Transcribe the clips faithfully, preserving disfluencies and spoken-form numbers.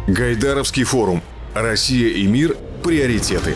Гайдаровский форум. Россия и мир. Приоритеты.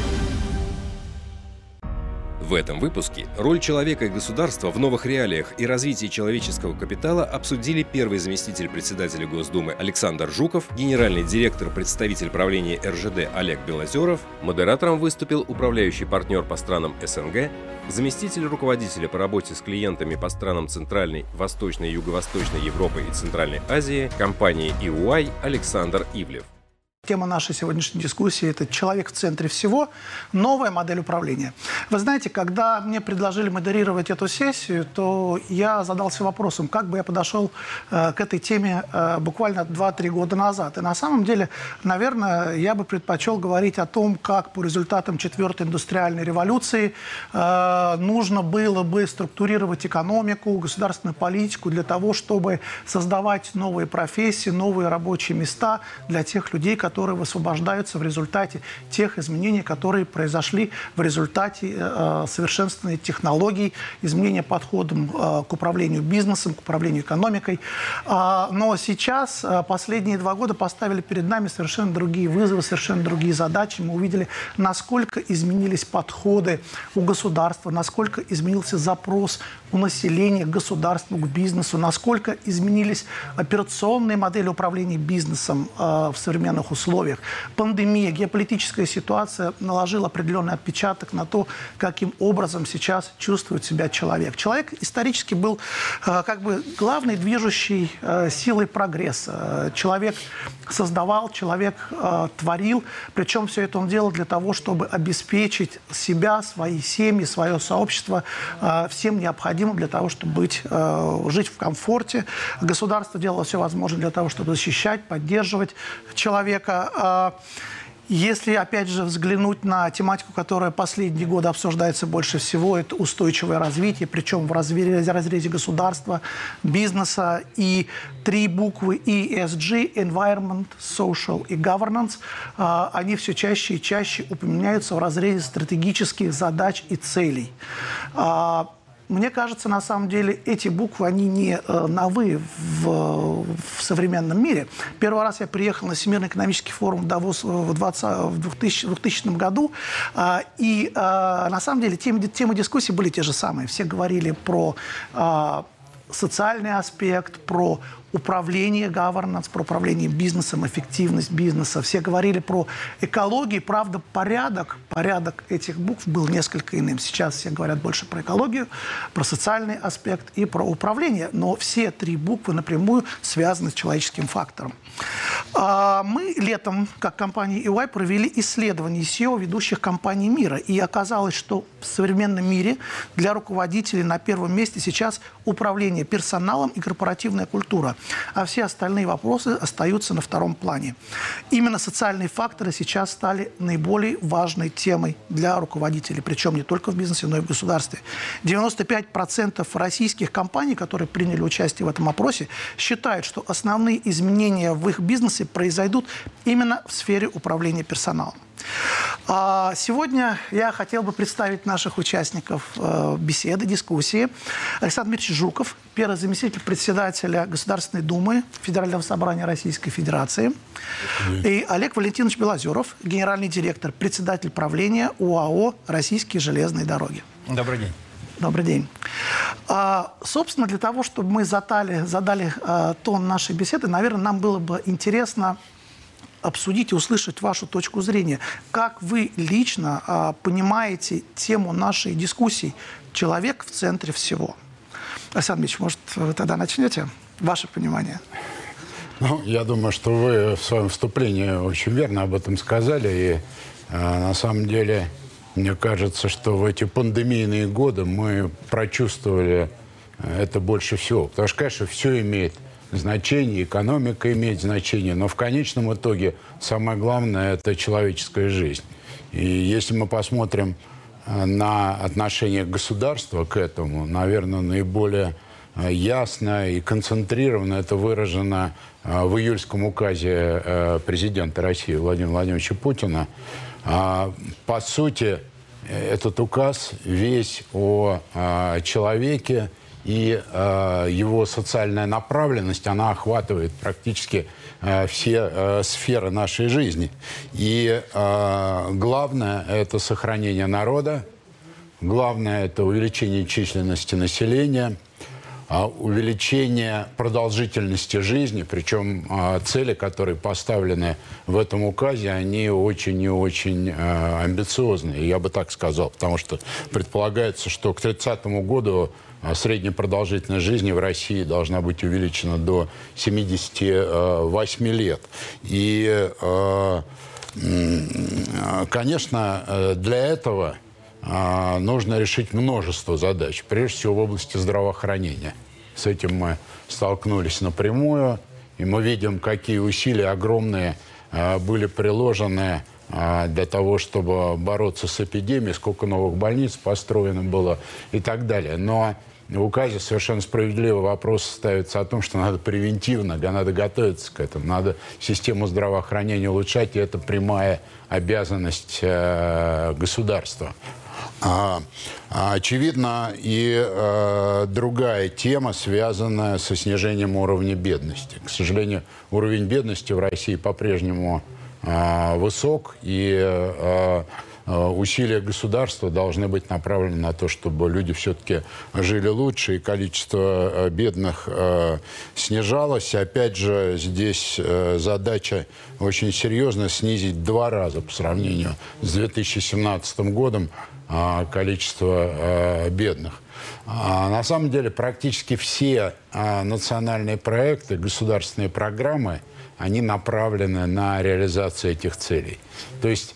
В этом выпуске роль человека и государства в новых реалиях и развитии человеческого капитала обсудили первый заместитель председателя Госдумы Александр Жуков, генеральный директор, представитель правления эр жэ дэ Олег Белозеров, модератором выступил управляющий партнер по странам эс эн гэ, заместитель руководителя по работе с клиентами по странам Центральной, Восточной и Юго-Восточной Европы и Центральной Азии компании и ю ай Александр Ивлев. Тема нашей сегодняшней дискуссии – это «Человек в центре всего. Новая модель управления». Вы знаете, когда мне предложили модерировать эту сессию, то я задался вопросом, как бы я подошел э, к этой теме э, буквально два-три года назад. И на самом деле, наверное, я бы предпочел говорить о том, как по результатам четвертой индустриальной революции э, нужно было бы структурировать экономику, государственную политику для того, чтобы создавать новые профессии, новые рабочие места для тех людей, которые которые высвобождаются в результате тех изменений, которые произошли в результате э, совершенствования технологий, изменения подходом э, к управлению бизнесом, к управлению экономикой. А, но сейчас э, последние два года поставили перед нами совершенно другие вызовы, совершенно другие задачи. Мы увидели, насколько изменились подходы у государства, насколько изменился запрос у населения к государству, к бизнесу, насколько изменились операционные модели управления бизнесом э, в современных условиях. условиях. Пандемия, геополитическая ситуация наложила определенный отпечаток на то, каким образом сейчас чувствует себя человек. Человек исторически был э, как бы главной движущей э, силой прогресса. Человек создавал, человек э, творил, причем все это он делал для того, чтобы обеспечить себя, свои семьи, свое сообщество э, всем необходимым для того, чтобы быть, э, жить в комфорте. Государство делало все возможное для того, чтобы защищать, поддерживать человека. Если, опять же, взглянуть на тематику, которая последние годы обсуждается больше всего, это устойчивое развитие, причем в разрезе, разрезе государства, бизнеса. И три буквы и эс джи – Environment, Social и Governance – они все чаще и чаще упоминаются в разрезе стратегических задач и целей. Мне кажется, на самом деле, эти буквы, они не э, новые в, в современном мире. Первый раз я приехал на Всемирный экономический форум в Давос в, двухтысячном году, э, и э, на самом деле темы, темы дискуссий были те же самые. Все говорили про э, социальный аспект, про управление governance, про управление бизнесом, эффективность бизнеса. Все говорили про экологию. Правда, порядок, порядок этих букв был несколько иным. Сейчас все говорят больше про экологию, про социальный аспект и про управление. Но все три буквы напрямую связаны с человеческим фактором. Мы летом, как компания и ю ай, провели исследование си и о ведущих компаний мира. И оказалось, что в современном мире для руководителей на первом месте сейчас управление персоналом и корпоративная культура. А все остальные вопросы остаются на втором плане. Именно социальные факторы сейчас стали наиболее важной темой для руководителей, причем не только в бизнесе, но и в государстве. девяносто пять процентов российских компаний, которые приняли участие в этом опросе, считают, что основные изменения в их бизнесе произойдут именно в сфере управления персоналом. Сегодня я хотел бы представить наших участников беседы, дискуссии. Александр Дмитриевич Жуков, первый заместитель председателя Государственной Думы Федерального собрания Российской Федерации. И Олег Валентинович Белозеров, генеральный директор, председатель правления ОАО «Российские железные дороги». Добрый день. Добрый день. А, собственно, для того, чтобы мы задали, задали а, тон нашей беседы, наверное, нам было бы интересно обсудить и услышать вашу точку зрения. Как вы лично а, понимаете тему нашей дискуссии «Человек в центре всего»? Александр Ильич, может, вы тогда начнете? Ваше понимание. Ну, я думаю, что вы в своем вступлении очень верно об этом сказали. И а, на самом деле, мне кажется, что в эти пандемийные годы мы прочувствовали это больше всего. Потому что, конечно, все имеет значение, экономика имеет значение, но в конечном итоге самое главное – это человеческая жизнь. И если мы посмотрим на отношение государства к этому, наверное, наиболее ясно и концентрированно это выражено в июльском указе президента России Владимира Владимировича Путина. По сути, этот указ весь о человеке и э, его социальная направленность, она охватывает практически э, все э, сферы нашей жизни. И э, главное – это сохранение народа, главное – это увеличение численности населения, увеличение продолжительности жизни, причем э, цели, которые поставлены в этом указе, они очень и очень э, амбициозные, я бы так сказал, потому что предполагается, что к тридцатому году средняя продолжительность жизни в России должна быть увеличена до семидесяти восьми лет. И, э, конечно, для этого нужно решить множество задач, прежде всего в области здравоохранения. С этим мы столкнулись напрямую, и мы видим, какие усилия огромные были приложены для того, чтобы бороться с эпидемией, сколько новых больниц построено было и так далее. Но в указе совершенно справедливый вопрос ставится о том, что надо превентивно, надо готовиться к этому, надо систему здравоохранения улучшать, и это прямая обязанность э, государства. А, очевидно, и э, другая тема, связанная со снижением уровня бедности. К сожалению, уровень бедности в России по-прежнему э, высок, и э, усилия государства должны быть направлены на то, чтобы люди все-таки жили лучше, и количество бедных э, снижалось. Опять же, здесь э, задача очень серьезная — снизить в два раза по сравнению с две тысячи семнадцатым годом э, количество э, бедных. А на самом деле практически все э, национальные проекты, государственные программы, они направлены на реализацию этих целей. То есть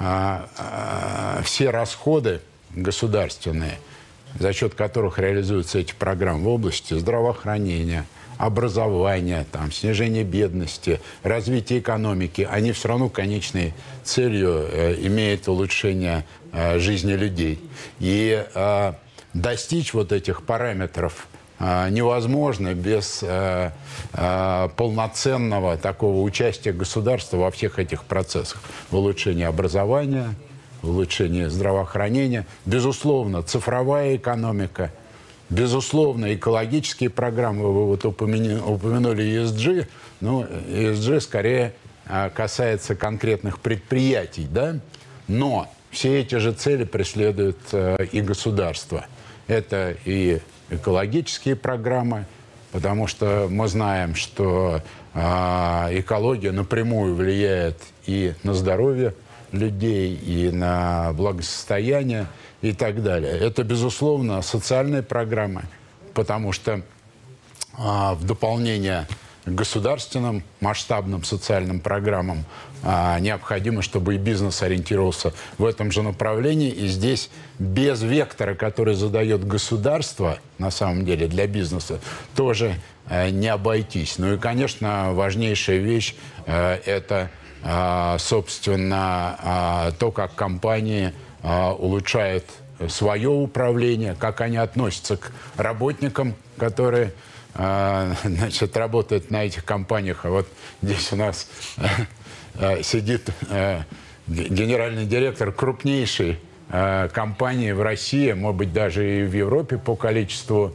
все расходы государственные, за счет которых реализуются эти программы в области здравоохранения, образования, там, снижения бедности, развития экономики, они все равно конечной целью э, имеют улучшение э, жизни людей. И э, достичь вот этих параметров невозможно без э, э, полноценного такого участия государства во всех этих процессах. В улучшении образования, в улучшении здравоохранения, безусловно, цифровая экономика, безусловно, экологические программы. Вы вот упомянули, упомянули и эс джи, но и эс джи скорее касается конкретных предприятий, да? Но все эти же цели преследует э, и государство. Это и экологические программы, потому что мы знаем, что э, экология напрямую влияет и на здоровье людей, и на благосостояние, и так далее. Это, безусловно, социальные программы, потому что э, в дополнение к государственным масштабным социальным программам а, необходимо, чтобы и бизнес ориентировался в этом же направлении. И здесь без вектора, который задает государство, на самом деле, для бизнеса, тоже а, не обойтись. Ну и, конечно, важнейшая вещь а, – это, а, собственно, а, то, как компании а, улучшают свое управление, как они относятся к работникам, которые значит, работает на этих компаниях. А вот здесь у нас э, сидит э, генеральный директор крупнейшей э, компании в России, может быть, даже и в Европе по количеству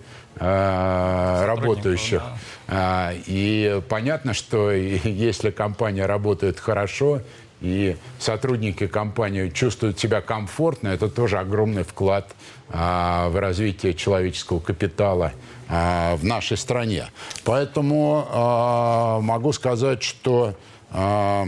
э, работающих. Да. И понятно, что если компания работает хорошо, и сотрудники компании чувствуют себя комфортно, это тоже огромный вклад а, в развитие человеческого капитала а, в нашей стране. Поэтому а, могу сказать, что, а,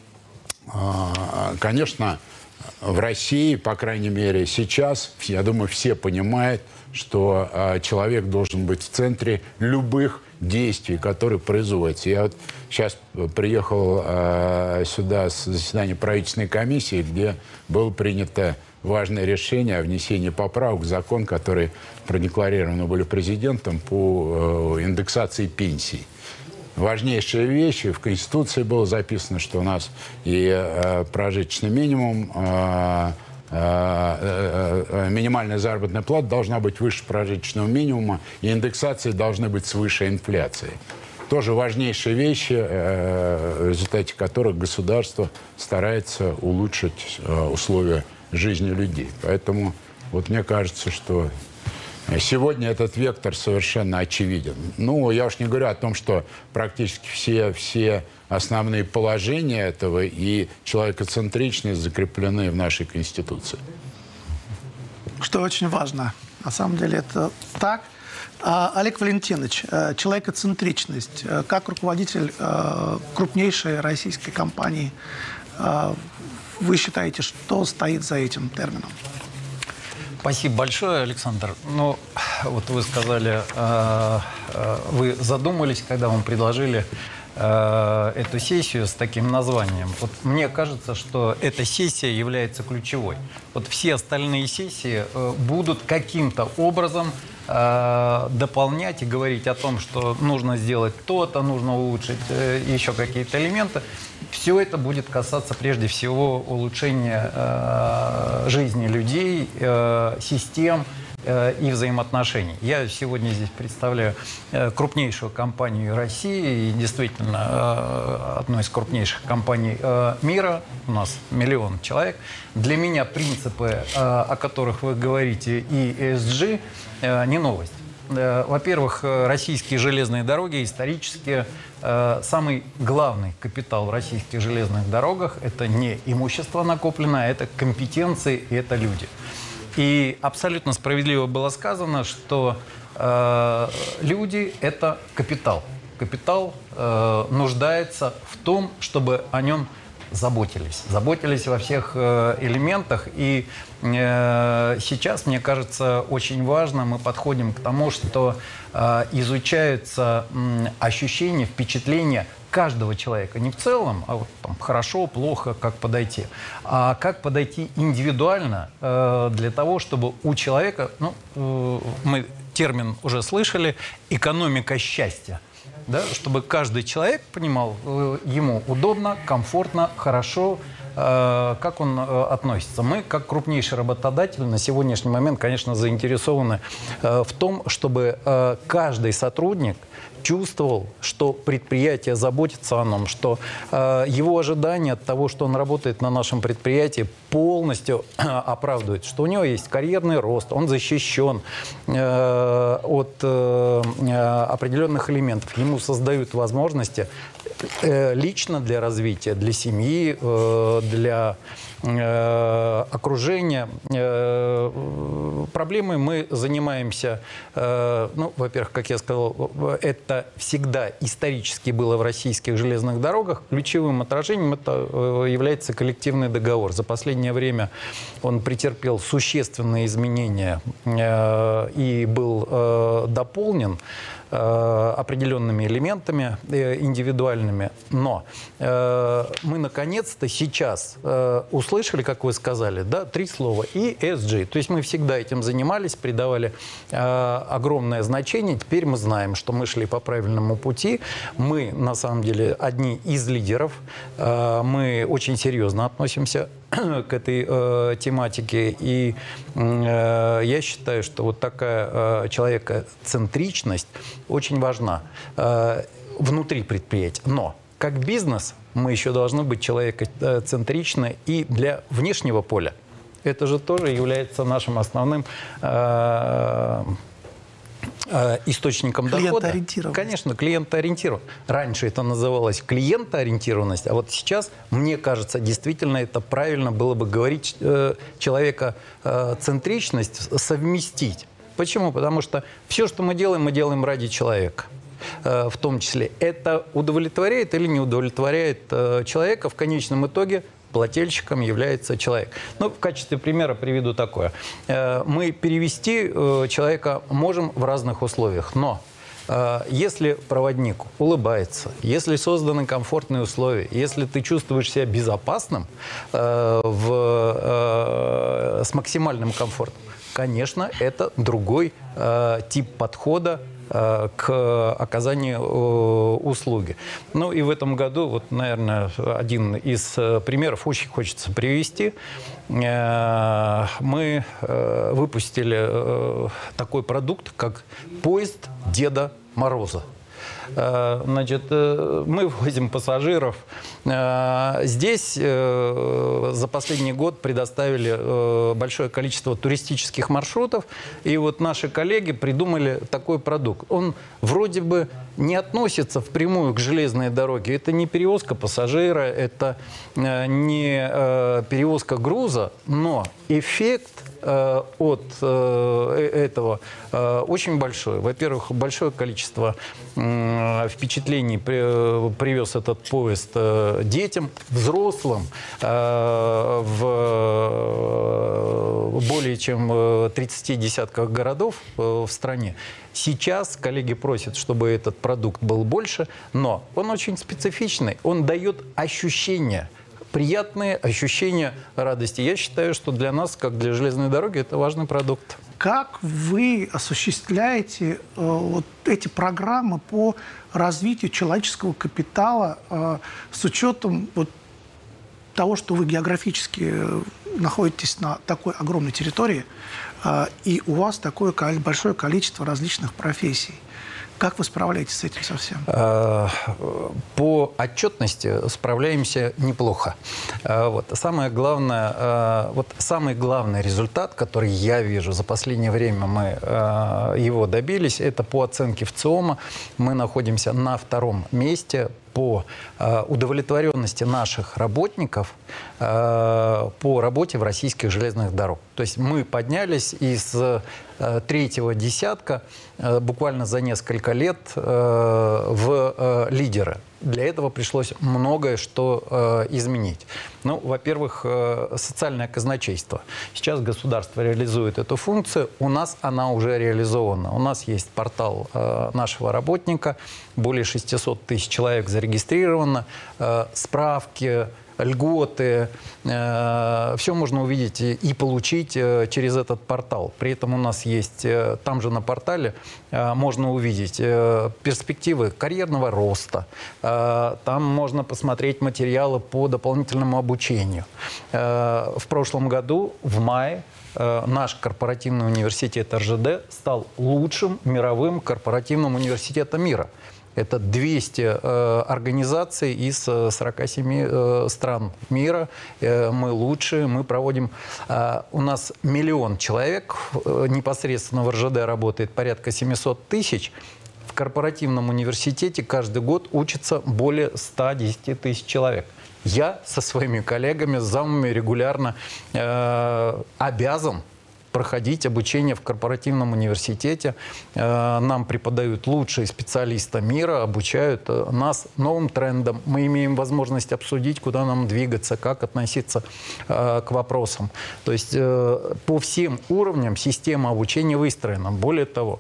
а, конечно, в России, по крайней мере, сейчас, я думаю, все понимают, что а, человек должен быть в центре любых действий, которые производятся. Я вот сейчас приехал э, сюда с заседания правительственной комиссии, где было принято важное решение о внесении поправок в закон, который продекларированы были президентом по э, индексации пенсий. Важнейшие вещи. В Конституции было записано, что у нас и э, прожиточный минимум, э, минимальная заработная плата должна быть выше прожиточного минимума, и индексации должны быть свыше инфляции. Тоже важнейшие вещи, в результате которых государство старается улучшить условия жизни людей. Поэтому вот мне кажется, что Сегодня этот вектор совершенно очевиден. Ну, я уж не говорю о том, что практически все, все основные положения этого и человекоцентричность закреплены в нашей Конституции. Что очень важно. На самом деле это так. Олег Валентинович, человекоцентричность. Как руководитель крупнейшей российской компании, вы считаете, что стоит за этим термином? Спасибо большое, Александр. Ну, вот вы сказали, вы задумались, когда вам предложили эту сессию с таким названием. Вот мне кажется, что эта сессия является ключевой. Вот все остальные сессии будут каким-то образом дополнять и говорить о том, что нужно сделать то-то, нужно улучшить еще какие-то элементы. Все это будет касаться прежде всего улучшения э, жизни людей, э, систем э, и взаимоотношений. Я сегодня здесь представляю э, крупнейшую компанию России и действительно э, одну из крупнейших компаний э, мира. У нас миллион человек. Для меня принципы, э, о которых вы говорите, и и эс джи, э, не новость. Во-первых, российские железные дороги исторически э, самый главный капитал в российских железных дорогах – это не имущество накопленное, это компетенции и это люди. И абсолютно справедливо было сказано, что э, люди – это капитал. Капитал э, нуждается в том, чтобы о нем заботились. Заботились во всех э, элементах. И э, сейчас, мне кажется, очень важно, мы подходим к тому, что э, изучаются э, ощущения, впечатления каждого человека. Не в целом, а вот там хорошо, плохо, как подойти. А как подойти индивидуально э, для того, чтобы у человека, ну, э, мы термин уже слышали, экономика счастья. Да, чтобы каждый человек понимал, ему удобно, комфортно, хорошо, э, как он э, относится. Мы, как крупнейший работодатель, на сегодняшний момент, конечно, заинтересованы э, в том, чтобы э, каждый сотрудник чувствовал, что предприятие заботится о нем, что э, его ожидания от того, что он работает на нашем предприятии, полностью э, оправдывает, что у него есть карьерный рост, он защищен э, от э, определенных элементов. Ему создают возможности э, лично для развития, для семьи, э, для э, окружения. Э, проблемой мы занимаемся, э, ну, во-первых, как я сказал, это всегда исторически было в российских железных дорогах. Ключевым отражением это является коллективный договор. За последнее время он претерпел существенные изменения э, и был э, дополнен э, определенными элементами э, индивидуальными. Но э, мы наконец-то сейчас э, услышали, как вы сказали, да, три слова и эс джи. То есть мы всегда этим занимались, придавали э, огромное значение. Теперь мы знаем, что мы шли по правильному пути. Мы, на самом деле, одни из лидеров. Э, мы очень серьезно относимся к этой э, тематике. И э, я считаю, что вот такая э, человекоцентричность очень важна э, внутри предприятия. Но как бизнес мы еще должны быть человекоцентричны и для внешнего поля. Это же тоже является нашим основным э, источником дохода. Конечно, клиентоориентированность. Раньше это называлось клиентоориентированность, а вот сейчас, мне кажется, действительно это правильно было бы говорить э, человекоцентричность совместить. Почему? Потому что все, что мы делаем, мы делаем ради человека. Э, в том числе это удовлетворяет или не удовлетворяет э, человека в конечном итоге. Плательщиком является человек. Ну, в качестве примера приведу такое. Мы перевести человека можем в разных условиях, но если проводник улыбается, если созданы комфортные условия, если ты чувствуешь себя безопасным, в, с максимальным комфортом, конечно, это другой тип подхода к оказанию услуги. Ну и в этом году, вот, наверное, один из примеров очень хочется привести. Мы выпустили такой продукт, как поезд Деда Мороза. Значит, мы возим пассажиров. Здесь за последний год предоставили большое количество туристических маршрутов. И вот наши коллеги придумали такой продукт. Он вроде бы не относится впрямую к железной дороге. Это не перевозка пассажира, это не перевозка груза, но эффект от этого очень большой. Во-первых, большое количество впечатлений привез этот поезд детям, взрослым в более чем тридцати десятках городов в стране. Сейчас коллеги просят, чтобы этот продукт был больше, но он очень специфичный, он дает ощущение, приятные ощущения радости. Я считаю, что для нас, как для железной дороги, это важный продукт. Как вы осуществляете э, вот эти программы по развитию человеческого капитала э, с учетом вот, того, что вы географически находитесь на такой огромной территории, э, и у вас такое большое количество различных профессий? Как вы справляетесь с этим совсем? По отчетности справляемся неплохо. Вот. Самое главное, вот самый главный результат, который я вижу за последнее время, мы его добились, это по оценке ВЦИОМа. Мы находимся на втором месте по удовлетворенности наших работников по работе в российских железных дорогах. То есть мы поднялись из третьего десятка буквально за несколько лет в лидеры. Для этого пришлось многое что изменить. Ну, во-первых, социальное казначейство. Сейчас государство реализует эту функцию. У нас она уже реализована. У нас есть портал нашего работника. Более шестисот тысяч человек зарегистрировано. Справки, льготы, э, все можно увидеть и, и получить э, через этот портал. При этом у нас есть, э, там же на портале э, можно увидеть э, перспективы карьерного роста, э, там можно посмотреть материалы по дополнительному обучению. Э, в прошлом году, в мае, э, наш корпоративный университет эр жэ дэ стал лучшим мировым корпоративным университетом мира. Это двести э, организаций из сорока семи э, стран мира. Э, мы лучшие, мы проводим... Э, у нас миллион человек э, непосредственно в эр жэ дэ работает, порядка семисот тысяч. В корпоративном университете каждый год учатся более ста десяти тысяч человек. Я со своими коллегами, с замами регулярно э, обязан проходить обучение в корпоративном университете. Нам преподают лучшие специалисты мира, обучают нас новым трендам. Мы имеем возможность обсудить, куда нам двигаться, как относиться к вопросам. То есть по всем уровням система обучения выстроена. Более того,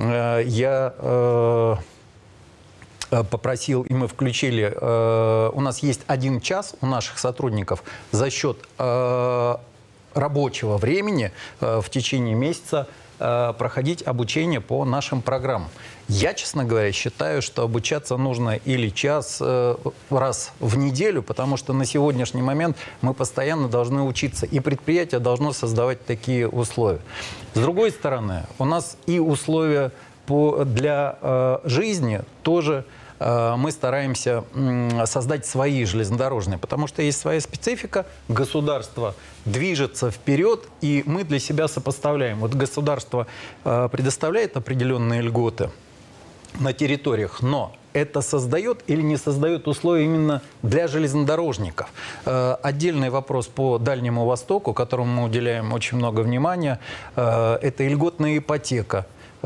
я попросил, и мы включили, у нас есть один час у наших сотрудников за счет рабочего времени э, в течение месяца э, проходить обучение по нашим программам. Я, честно говоря, считаю, что обучаться нужно или час э, раз в неделю, потому что на сегодняшний момент мы постоянно должны учиться, и предприятие должно создавать такие условия. С другой стороны, у нас и условия по, для э, жизни тоже мы стараемся создать свои железнодорожные, потому что есть своя специфика, государство движется вперед, и мы для себя сопоставляем. Вот государство предоставляет определенные льготы на территориях, но это создает или не создает условия именно для железнодорожников. Отдельный вопрос по Дальнему Востоку, которому мы уделяем очень много внимания, это льготная ипотека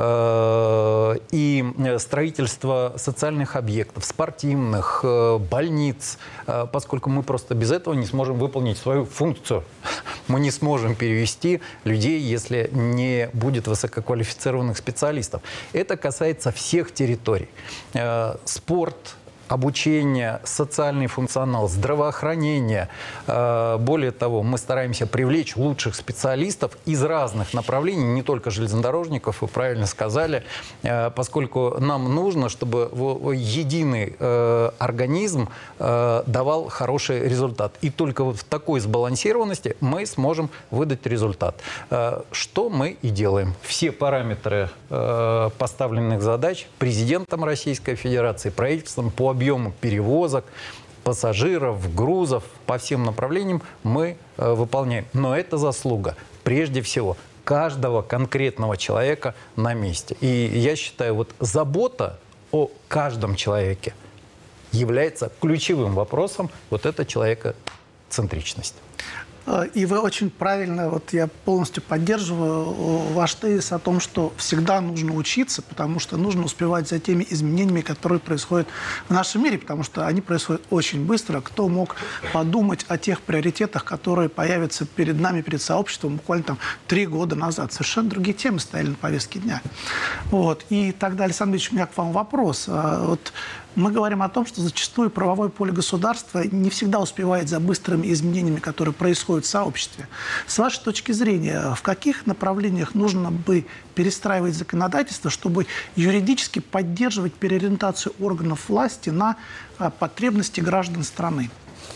и строительство социальных объектов, спортивных, больниц, поскольку мы просто без этого не сможем выполнить свою функцию. Мы не сможем перевести людей, если не будет высококвалифицированных специалистов. Это касается всех территорий. Спорт, обучение, социальный функционал, здравоохранение. Более того, мы стараемся привлечь лучших специалистов из разных направлений, не только железнодорожников, вы правильно сказали, поскольку нам нужно, чтобы единый организм давал хороший результат. И только вот в такой сбалансированности мы сможем выдать результат. Что мы и делаем. Все параметры поставленных задач президентом Российской Федерации, правительством по объему перевозок, пассажиров, грузов по всем направлениям мы э, выполняем. Но это заслуга, прежде всего, каждого конкретного человека на месте. И я считаю, вот забота о каждом человеке является ключевым вопросом вот этой человекоцентричности. И вы очень правильно, вот я полностью поддерживаю ваш тезис о том, что всегда нужно учиться, потому что нужно успевать за теми изменениями, которые происходят в нашем мире, потому что они происходят очень быстро. Кто мог подумать о тех приоритетах, которые появятся перед нами, перед сообществом буквально там три года назад? Совершенно другие темы стояли на повестке дня. Вот. И тогда, Александр Ильич, у меня к вам вопрос. Вот мы говорим о том, что зачастую правовое поле государства не всегда успевает за быстрыми изменениями, которые происходят в сообществе. С вашей точки зрения, в каких направлениях нужно бы перестраивать законодательство, чтобы юридически поддерживать переориентацию органов власти на потребности граждан страны?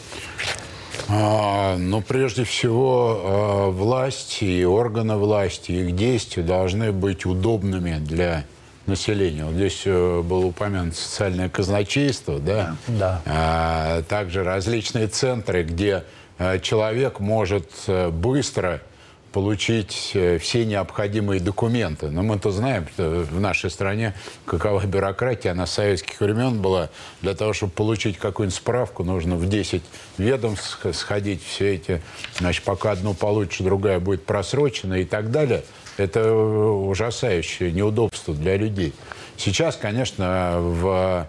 А, ну, прежде всего, власть и органы власти, их действия должны быть удобными для населения. Вот здесь было упомянуто социальное казначейство, да? Да. А, также различные центры, где человек может быстро получить все необходимые документы. Но мы-то знаем, что в нашей стране какова бюрократия, она с советских времен была. Для того, чтобы получить какую-нибудь справку, нужно в десять ведомств сходить, все эти, значит, пока одну получишь, другая будет просрочена и так далее. Это ужасающее неудобство для людей. Сейчас, конечно, в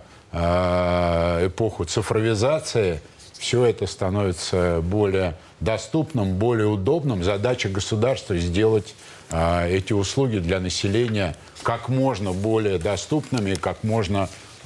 эпоху цифровизации все это становится более доступным, более удобным. Задача государства сделать эти услуги для населения как можно более доступными, как можно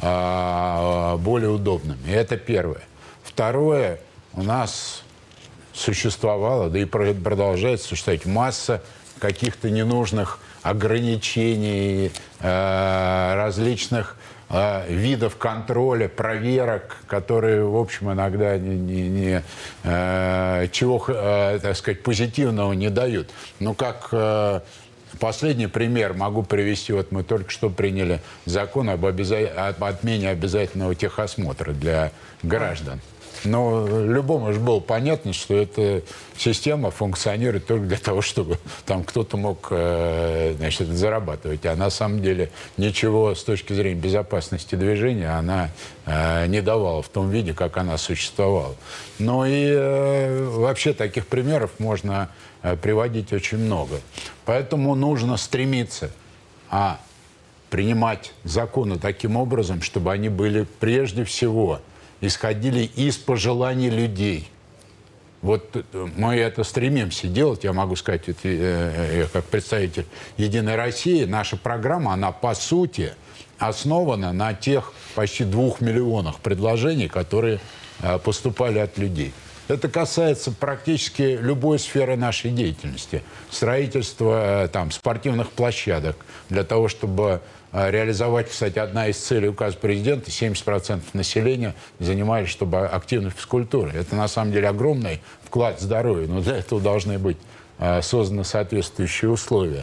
более удобными. И это первое. Второе, у нас существовало, да и продолжает существовать масса каких-то ненужных ограничений, э, различных э, видов контроля, проверок, которые, в общем, иногда не, не, не, э, чего, э, так сказать, позитивного не дают. Ну, как э, последний пример могу привести. Вот мы только что приняли закон об, обяза... об отмене обязательного техосмотра для граждан. Но любому же было понятно, что эта система функционирует только для того, чтобы там кто-то мог, значит, зарабатывать. А на самом деле ничего с точки зрения безопасности движения она не давала в том виде, как она существовала. Ну и вообще таких примеров можно приводить очень много. Поэтому нужно стремиться а, принимать законы таким образом, чтобы они были прежде всего исходили из пожеланий людей. Вот мы это стремимся делать, я могу сказать, это, я как представитель «Единой России», наша программа, она по сути основана на тех почти двух миллионах предложений, которые поступали от людей. Это касается практически любой сферы нашей деятельности. Строительство там, спортивных площадок для того, чтобы реализовать, кстати, одна из целей указа президента, семьдесят процентов населения занимались, чтобы активной физкультурой. Это на самом деле огромный вклад в здоровье, но для этого должны быть созданы соответствующие условия.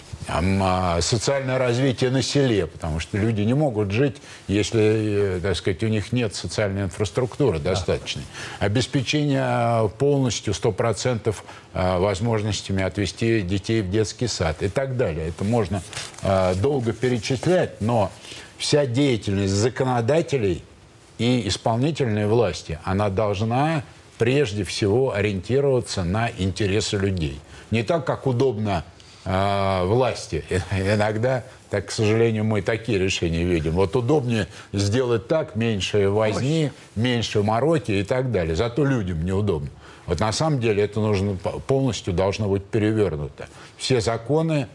Социальное развитие на селе, потому что люди не могут жить, если, так сказать, у них нет социальной инфраструктуры достаточной. Обеспечение полностью сто процентов возможностями отвести детей в детский сад и так далее. Это можно долго перечислять, но вся деятельность законодателей и исполнительной власти, она должна прежде всего ориентироваться на интересы людей. Не так, как удобно власти. Иногда, так, к сожалению, мы такие решения видим. Вот удобнее сделать так, меньше возни, меньше мороки и так далее. Зато людям неудобно. Вот на самом деле это нужно полностью должно быть перевернуто. Все законы,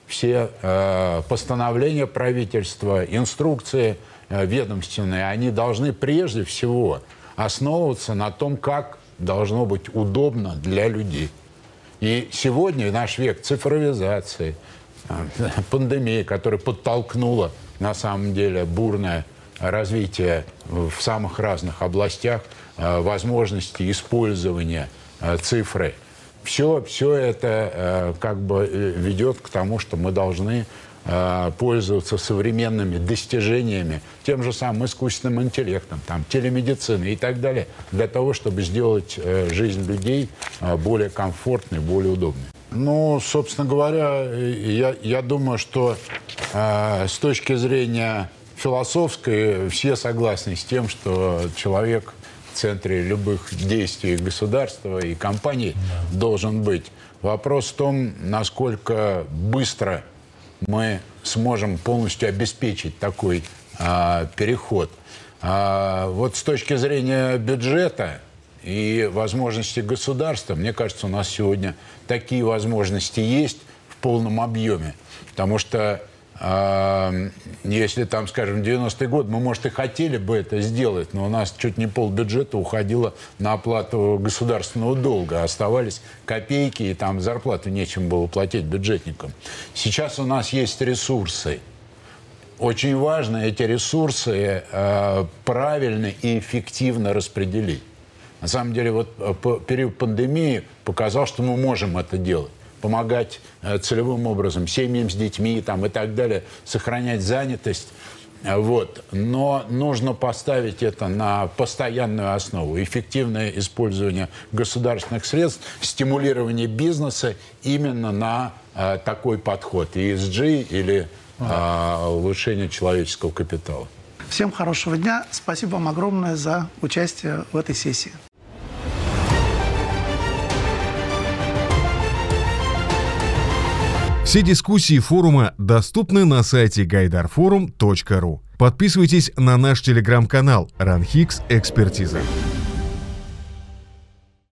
все э, постановления правительства, инструкции э, ведомственные, они должны прежде всего основываться на том, как должно быть удобно для людей. И сегодня наш век цифровизации, э, пандемии, которая подтолкнула на самом деле бурное развитие в самых разных областях, э, возможности использования э, цифры. Все, все это э, как бы ведет к тому, что мы должны э, пользоваться современными достижениями, тем же самым искусственным интеллектом, там, телемедициной и так далее, для того, чтобы сделать э, жизнь людей э, более комфортной, более удобной. Ну, собственно говоря, я, я думаю, что э, с точки зрения философской все согласны с тем, что человек в центре любых действий государства и компаний да. должен быть. Вопрос в том, насколько быстро мы сможем полностью обеспечить такой а, переход. А, вот с точки зрения бюджета и возможностей государства, мне кажется, у нас сегодня такие возможности есть в полном объеме. Потому что если там, скажем, в девяностые годы мы, может, и хотели бы это сделать, но у нас чуть не полбюджета уходило на оплату государственного долга. Оставались копейки, и там зарплату нечем было платить бюджетникам. Сейчас у нас есть ресурсы. Очень важно эти ресурсы э, правильно и эффективно распределить. На самом деле, вот период пандемии показал, что мы можем это делать. Помогать э, целевым образом семьям с детьми там, и так далее, сохранять занятость. Вот. Но нужно поставить это на постоянную основу. Эффективное использование государственных средств, стимулирование бизнеса именно на э, такой подход. и эс джи или э, улучшение человеческого капитала. Всем хорошего дня. Спасибо вам огромное за участие в этой сессии. Все дискуссии форума доступны на сайте гайдарфорум точка ру. Подписывайтесь на наш телеграм-канал «Ранхикс Экспертиза».